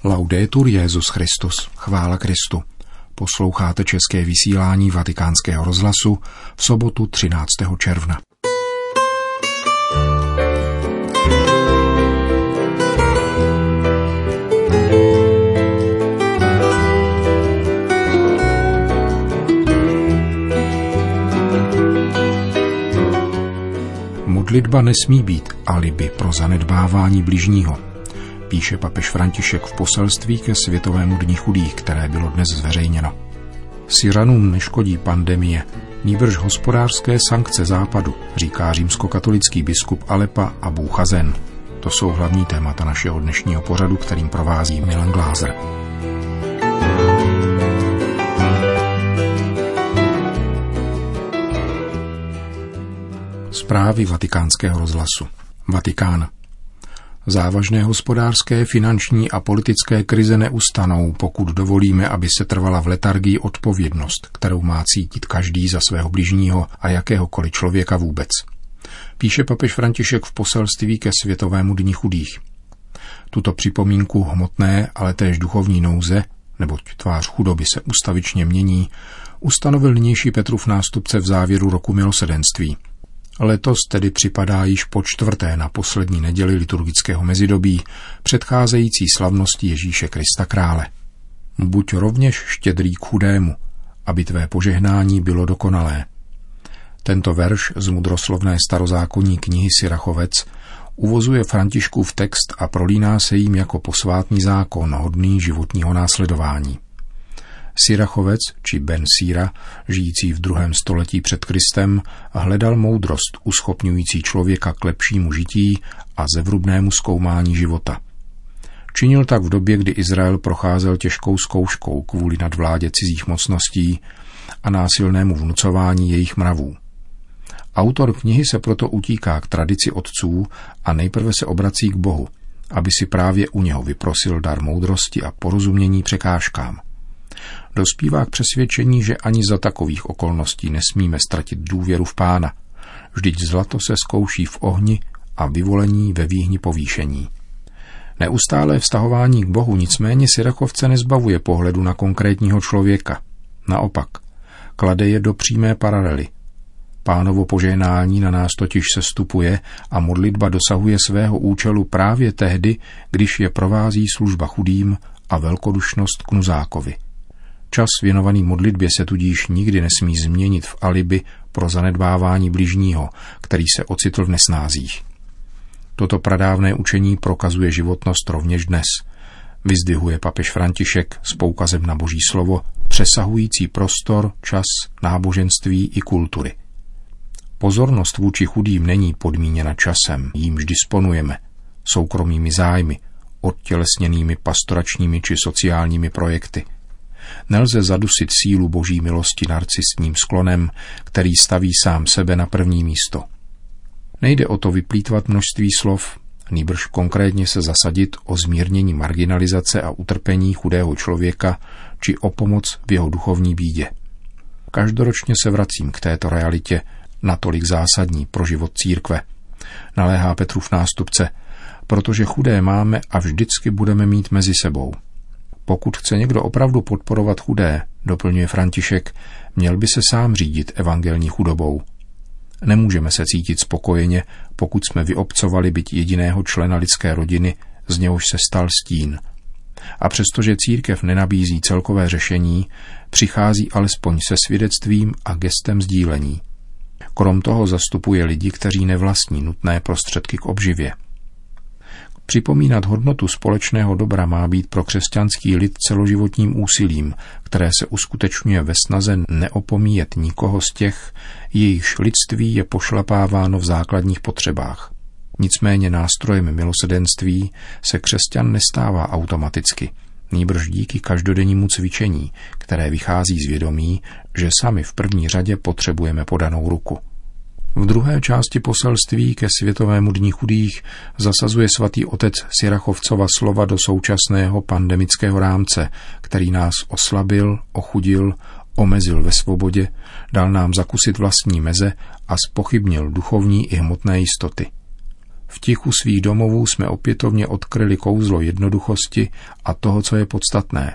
Laudetur Jesus Christus, chvála Kristu. Posloucháte české vysílání Vatikánského rozhlasu v sobotu 13. června. Modlitba nesmí být alibi pro zanedbávání bližního, píše papež František v poselství ke Světovému dni chudých, které bylo dnes zveřejněno. Syřanům neškodí pandemie, nýbrž hospodářské sankce západu, říká římskokatolický biskup Alepa Abu Chazen. To jsou hlavní témata našeho dnešního pořadu, kterým provází Milan Glázer. Zprávy Vatikánského rozhlasu. Vatikán. Závažné hospodářské, finanční a politické krize neustanou, pokud dovolíme, aby se trvala v letargii odpovědnost, kterou má cítit každý za svého bližního a jakéhokoliv člověka vůbec. Píše papež František v poselství ke Světovému dni chudých. Tuto připomínku hmotné, ale též duchovní nouze, neboť tvář chudoby se ustavičně mění, ustanovil nynější Petrův nástupce v závěru roku milosedenství. Letos tedy připadá již po čtvrté na poslední neděli liturgického mezidobí, předcházející slavnosti Ježíše Krista Krále. Buď rovněž štědrý k chudému, aby tvé požehnání bylo dokonalé. Tento verš z mudroslovné starozákonní knihy Sirachovec uvozuje Františkův text a prolíná se jím jako posvátný zákon hodný životního následování. Sirachovec, či Ben Sira, žijící v 2. století před Kristem, hledal moudrost uschopňující člověka k lepšímu žití a zevrubnému zkoumání života. Činil tak v době, kdy Izrael procházel těžkou zkouškou kvůli nadvládě cizích mocností a násilnému vnucování jejich mravů. Autor knihy se proto utíká k tradici otců a nejprve se obrací k Bohu, aby si právě u něho vyprosil dar moudrosti a porozumění překážkám. Dospívá k přesvědčení, že ani za takových okolností nesmíme ztratit důvěru v Pána. Vždyť zlato se zkouší v ohni a vyvolení ve výhni povýšení. Neustálé vztahování k Bohu nicméně Sirachovce nezbavuje pohledu na konkrétního člověka. Naopak, klade je do přímé paralely. Pánovo požehnání na nás totiž sestupuje a modlitba dosahuje svého účelu právě tehdy, když je provází služba chudým a velkodušnost k nuzákovi. Čas věnovaný modlitbě se tudíž nikdy nesmí změnit v alibi pro zanedbávání bližního, který se ocitl v nesnázích. Toto pradávné učení prokazuje životnost rovněž dnes. Vyzdvihuje papež František s poukazem na Boží slovo, přesahující prostor, čas, náboženství i kultury. Pozornost vůči chudým není podmíněna časem, jímž disponujeme, soukromými zájmy, odtělesněnými pastoračními či sociálními projekty. Nelze zadusit sílu Boží milosti narcistním sklonem, který staví sám sebe na první místo. Nejde o to vyplýtvat množství slov, nýbrž konkrétně se zasadit o zmírnění marginalizace a utrpení chudého člověka či o pomoc v jeho duchovní bídě. Každoročně se vracím k této realitě, natolik zásadní pro život církve, naléhá Petrův nástupce, protože chudé máme a vždycky budeme mít mezi sebou. Pokud chce někdo opravdu podporovat chudé, doplňuje František, měl by se sám řídit evangelní chudobou. Nemůžeme se cítit spokojeně, pokud jsme vyobcovali byť jediného člena lidské rodiny, z něhož se stal stín. A přestože církev nenabízí celkové řešení, přichází alespoň se svědectvím a gestem sdílení. Krom toho zastupuje lidi, kteří nevlastní nutné prostředky k obživě. Připomínat hodnotu společného dobra má být pro křesťanský lid celoživotním úsilím, které se uskutečňuje ve snaze neopomíjet nikoho z těch, jejichž lidství je pošlapáváno v základních potřebách. Nicméně nástrojem milosedenství se křesťan nestává automaticky, nýbrž díky každodennímu cvičení, které vychází z vědomí, že sami v první řadě potřebujeme podanou ruku. V druhé části poselství ke Světovému dni chudých zasazuje svatý otec Sirachovcova slova do současného pandemického rámce, který nás oslabil, ochudil, omezil ve svobodě, dal nám zakusit vlastní meze a zpochybnil duchovní i hmotné jistoty. V tichu svých domovů jsme opětovně odkryli kouzlo jednoduchosti a toho, co je podstatné.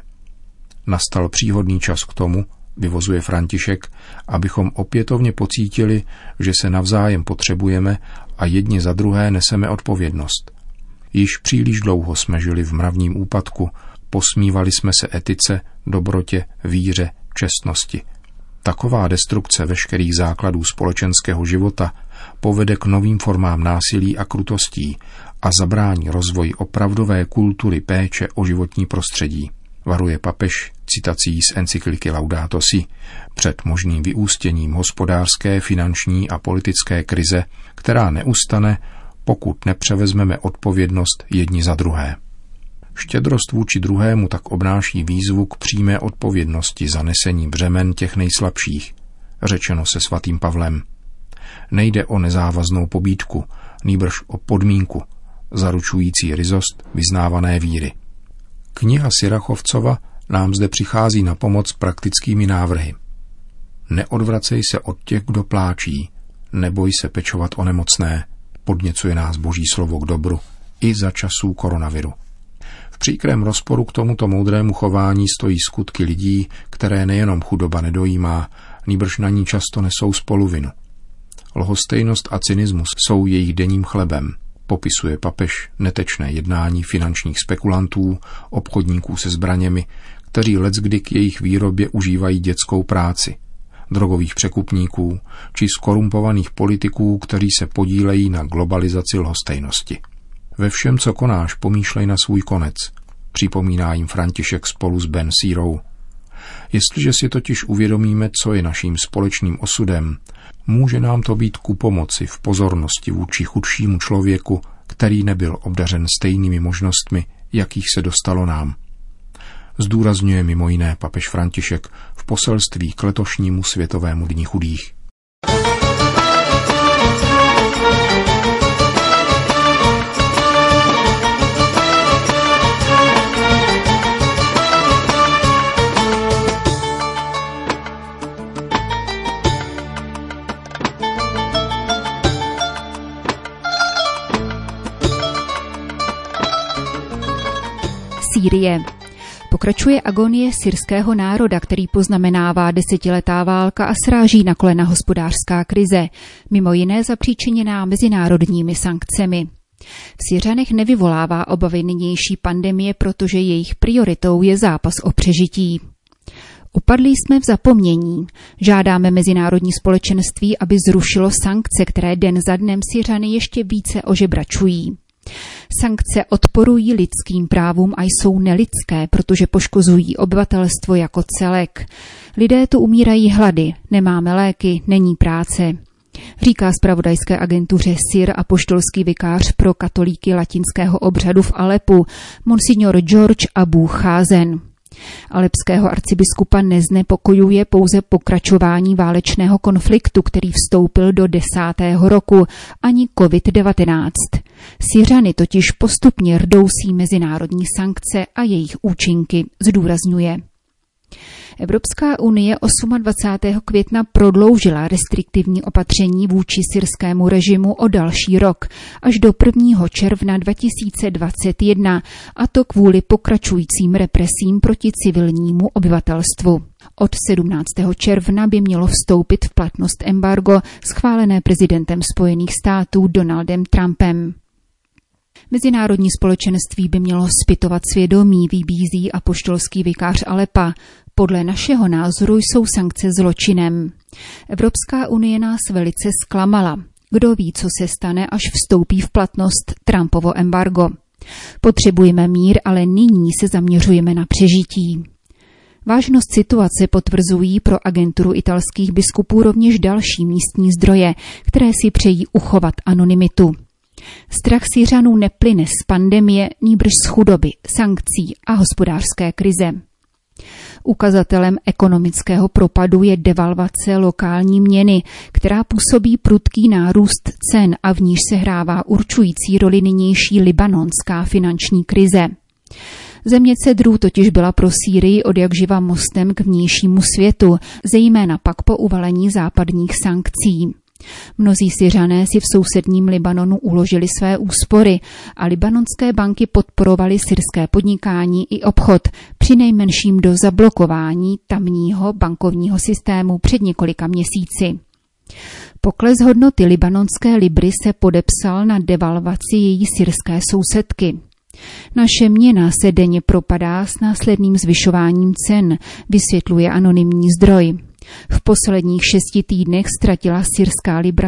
Nastal příhodný čas k tomu, vyvozuje František, abychom opětovně pocítili, že se navzájem potřebujeme a jedni za druhé neseme odpovědnost. Již příliš dlouho jsme žili v mravním úpadku, posmívali jsme se etice, dobrotě, víře, čestnosti. Taková destrukce veškerých základů společenského života povede k novým formám násilí a krutostí a zabrání rozvoji opravdové kultury péče o životní prostředí, varuje papež citací z encykliky Laudato Si před možným vyústěním hospodářské, finanční a politické krize, která neustane, pokud nepřevezmeme odpovědnost jedni za druhé. Štědrost vůči druhému tak obnáší výzvu k přímé odpovědnosti za nesení břemen těch nejslabších, řečeno se svatým Pavlem. Nejde o nezávaznou pobídku, nýbrž o podmínku, zaručující ryzost vyznávané víry. Kniha Sirachovcova nám zde přichází na pomoc praktickými návrhy. Neodvracej se od těch, kdo pláčí, neboj se pečovat o nemocné, podněcuje nás Boží slovo k dobru i za časů koronaviru. V příkrém rozporu k tomuto moudrému chování stojí skutky lidí, které nejenom chudoba nedojímá, nýbrž na ní často nesou spoluvinu. Lhostejnost a cynismus jsou jejich denním chlebem, popisuje papež netečné jednání finančních spekulantů, obchodníků se zbraněmi, kteří leckdy k jejich výrobě užívají dětskou práci, drogových překupníků či skorumpovaných politiků, kteří se podílejí na globalizaci lhostejnosti. Ve všem, co konáš, pomýšlej na svůj konec, připomíná jim František spolu s Ben Sirou. Jestliže si totiž uvědomíme, co je naším společným osudem, může nám to být ku pomoci v pozornosti vůči chudšímu člověku, který nebyl obdařen stejnými možnostmi, jakých se dostalo nám. Zdůrazňuje mimo jiné papež František v poselství k letošnímu Světovému dni chudých. Sýrie. Pokračuje agonie syrského národa, který poznamenává desetiletá válka a sráží na kolena hospodářská krize, mimo jiné zapříčiněná mezinárodními sankcemi. V Syřanech nevyvolává obavy nynější pandemie, protože jejich prioritou je zápas o přežití. Upadli jsme v zapomnění. Žádáme mezinárodní společenství, aby zrušilo sankce, které den za dnem Syřany ještě více ožebračují. Sankce odporují lidským právům a jsou nelidské, protože poškozují obyvatelstvo jako celek. Lidé tu umírají hlady, nemáme léky, není práce. Říká zpravodajské agentuře SIR apoštolský vikář pro katolíky latinského obřadu v Alepu, monsignor George Abu Cházen. Alepského arcibiskupa neznepokojuje pouze pokračování válečného konfliktu, který vstoupil do 10. roku, ani COVID-19. Syřany totiž postupně rdousí mezinárodní sankce a jejich účinky, zdůrazňuje. Evropská unie 28. května prodloužila restriktivní opatření vůči syrskému režimu o další rok, až do 1. června 2021, a to kvůli pokračujícím represím proti civilnímu obyvatelstvu. Od 17. června by mělo vstoupit v platnost embargo schválené prezidentem Spojených států Donaldem Trumpem. Mezinárodní společenství by mělo zpytovat svědomí, vybízí apoštolský vikář Alepa. Podle našeho názoru jsou sankce zločinem. Evropská unie nás velice zklamala. Kdo ví, co se stane, až vstoupí v platnost Trumpovo embargo. Potřebujeme mír, ale nyní se zaměřujeme na přežití. Vážnost situace potvrzují pro agenturu italských biskupů rovněž další místní zdroje, které si přejí uchovat anonymitu. Strach Syřanů neplyne z pandemie, nýbrž z chudoby, sankcí a hospodářské krize. Ukazatelem ekonomického propadu je devalvace lokální měny, která působí prudký nárůst cen a v níž sehrává určující roli nynější libanonská finanční krize. Země cedrů totiž byla pro Sýrii odjakživa mostem k vnějšímu světu, zejména pak po uvalení západních sankcí. Mnozí Syřané si v sousedním Libanonu uložili své úspory a libanonské banky podporovaly syrské podnikání i obchod, přinejmenším do zablokování tamního bankovního systému před několika měsíci. Pokles hodnoty libanonské libry se podepsal na devalvaci její syrské sousedky. Naše měna se denně propadá s následným zvyšováním cen, vysvětluje anonymní zdroj. V posledních 6 týdnech ztratila syrská libra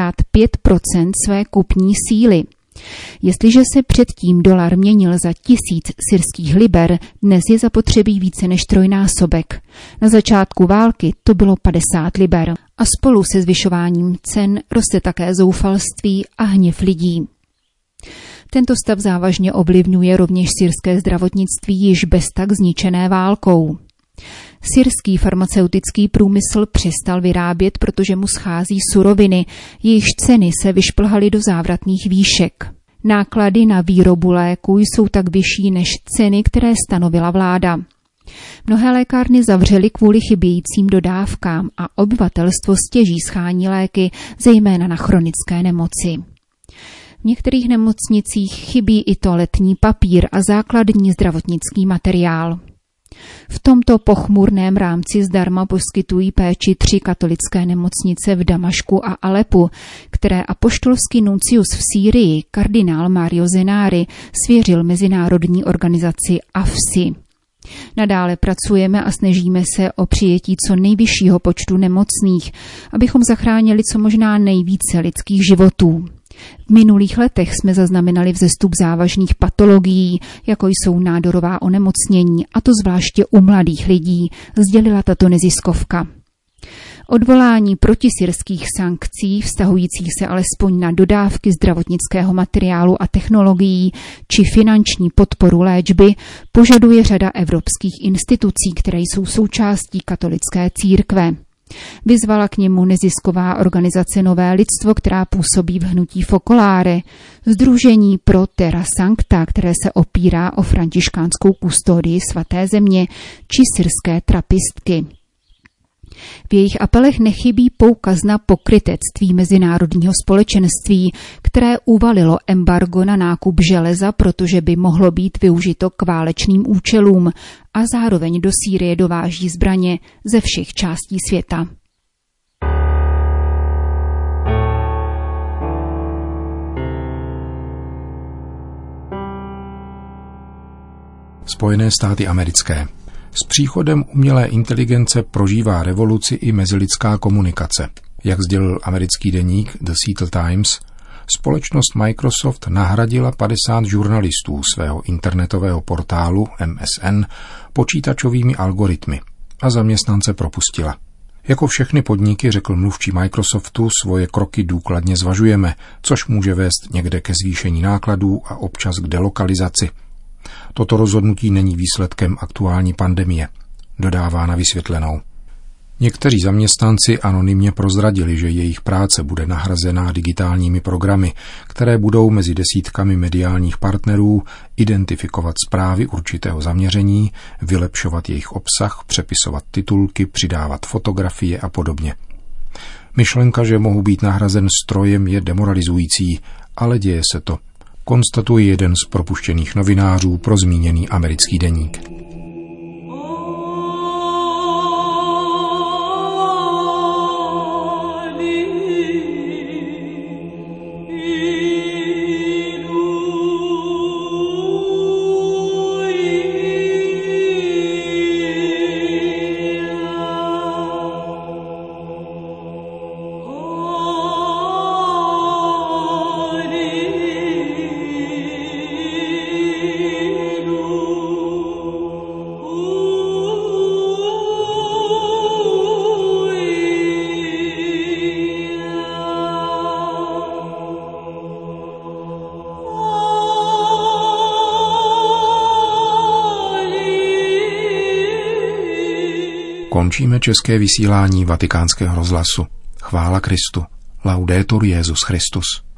65% své kupní síly. Jestliže se předtím dolar měnil za 1000 syrských liber, dnes je zapotřebí více než trojnásobek. Na začátku války to bylo 50 liber. A spolu se zvyšováním cen roste také zoufalství a hněv lidí. Tento stav závažně ovlivňuje rovněž syrské zdravotnictví již bez tak zničené válkou. Syrský farmaceutický průmysl přestal vyrábět, protože mu schází suroviny, jejichž ceny se vyšplhaly do závratných výšek. Náklady na výrobu léků jsou tak vyšší než ceny, které stanovila vláda. Mnohé lékárny zavřely kvůli chybějícím dodávkám a obyvatelstvo stěží schání léky, zejména na chronické nemoci. V některých nemocnicích chybí i toaletní papír a základní zdravotnický materiál. V tomto pochmurném rámci zdarma poskytují péči 3 katolické nemocnice v Damašku a Alepu, které apoštolský nuncius v Sýrii, kardinál Mario Zenari, svěřil mezinárodní organizaci AFSI. Nadále pracujeme a snažíme se o přijetí co nejvyššího počtu nemocných, abychom zachránili co možná nejvíce lidských životů. V minulých letech jsme zaznamenali vzestup závažných patologií, jako jsou nádorová onemocnění, a to zvláště u mladých lidí, sdělila tato neziskovka. Odvolání protisyrských sankcí, vztahujících se alespoň na dodávky zdravotnického materiálu a technologií či finanční podporu léčby, požaduje řada evropských institucí, které jsou součástí katolické církve. Vyzvala k němu nezisková organizace Nové lidstvo, která působí v hnutí Focolare, Sdružení pro Terra Sancta, které se opírá o františkánskou kustodii svaté země, či syrské trapistky. V jejich apelech nechybí poukaz na pokrytectví mezinárodního společenství, které uvalilo embargo na nákup železa, protože by mohlo být využito k válečným účelům, a zároveň do Sýrie dováží zbraně ze všech částí světa. Spojené státy americké. S příchodem umělé inteligence prožívá revoluci i mezilidská komunikace. Jak sdělil americký deník The Seattle Times, společnost Microsoft nahradila 50 žurnalistů svého internetového portálu MSN počítačovými algoritmy a zaměstnance propustila. Jako všechny podniky, řekl mluvčí Microsoftu, svoje kroky důkladně zvažujeme, což může vést někde ke zvýšení nákladů a občas k delokalizaci. Toto rozhodnutí není výsledkem aktuální pandemie, dodává na vysvětlenou. Někteří zaměstnanci anonymně prozradili, že jejich práce bude nahrazená digitálními programy, které budou mezi desítkami mediálních partnerů identifikovat zprávy určitého zaměření, vylepšovat jejich obsah, přepisovat titulky, přidávat fotografie a podobně. Myšlenka, že mohu být nahrazen strojem, je demoralizující, ale děje se to, konstatuje jeden z propuštěných novinářů pro zmíněný americký deník. Končíme české vysílání Vatikánského rozhlasu. Chvála Kristu. Laudetur Jesus Christus.